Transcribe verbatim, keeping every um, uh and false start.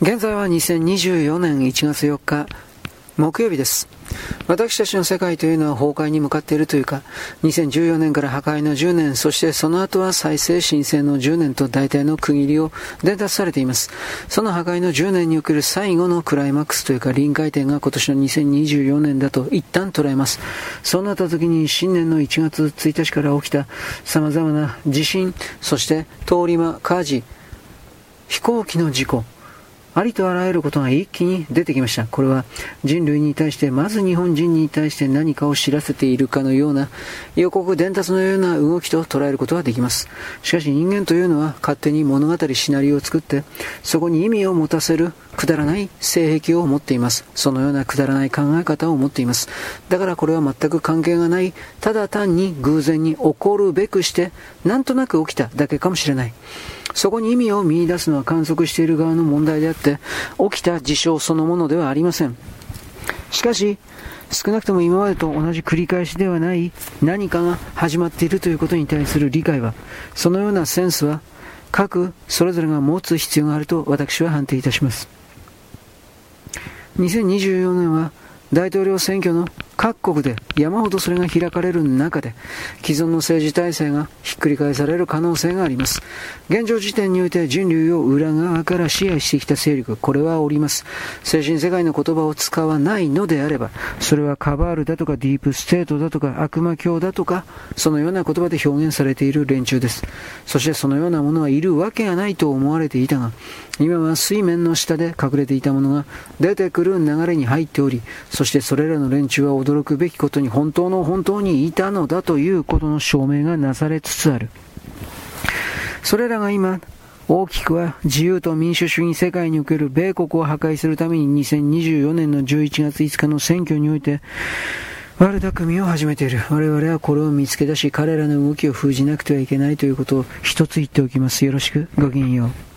現在はにせんにじゅうよねんいちがつよっか木曜日です。私たちの世界というのは崩壊に向かっているというか、にせんじゅうよねんから破壊のじゅうねん、そしてその後は再生新生のじゅうねんと大体の区切りを伝達されています。その破壊のじゅうねんにおける最後のクライマックスというか臨界点が今年のにせんにじゅうよねんだと一旦捉えます。そうなった時に新年のいちがつついたちから起きた様々な地震、そして通り魔、火事、飛行機の事故、ありとあらゆることが一気に出てきました。これは人類に対して、まず日本人に対して何かを知らせているかのような予告伝達のような動きと捉えることができます。しかし人間というのは勝手に物語シナリオを作ってそこに意味を持たせるくだらない性癖を持っています。そのようなくだらない考え方を持っています。だからこれは全く関係がない、ただ単に偶然に起こるべくしてなんとなく起きただけかもしれない。そこに意味を見出すのは観測している側の問題であって起きた事象そのものではありません。しかし少なくとも今までと同じ繰り返しではない何かが始まっているということに対する理解は、そのようなセンスは各それぞれが持つ必要があると私は判定いたします。にせんにじゅうよねんは大統領選挙の各国で山ほどそれが開かれる中で既存の政治体制がひっくり返される可能性があります。現状時点において人類を裏側から支配してきた勢力、これはおります。精神世界の言葉を使わないのであれば、それはカバールだとかディープステートだとか悪魔教だとか、そのような言葉で表現されている連中です。そしてそのようなものはいるわけがないと思われていたが、今は水面の下で隠れていたものが出てくる流れに入っており、そしてそれらの連中は驚くべきことに本当の本当にいたのだということの証明がなされつつある。それらが今大きくは自由と民主主義世界における米国を破壊するためににせんにじゅうよねんのじゅういちがついつかの選挙において悪巧みを始めている。我々はこれを見つけ出し彼らの動きを封じなくてはいけないということを一つ言っておきます。よろしく、ごきげんよう。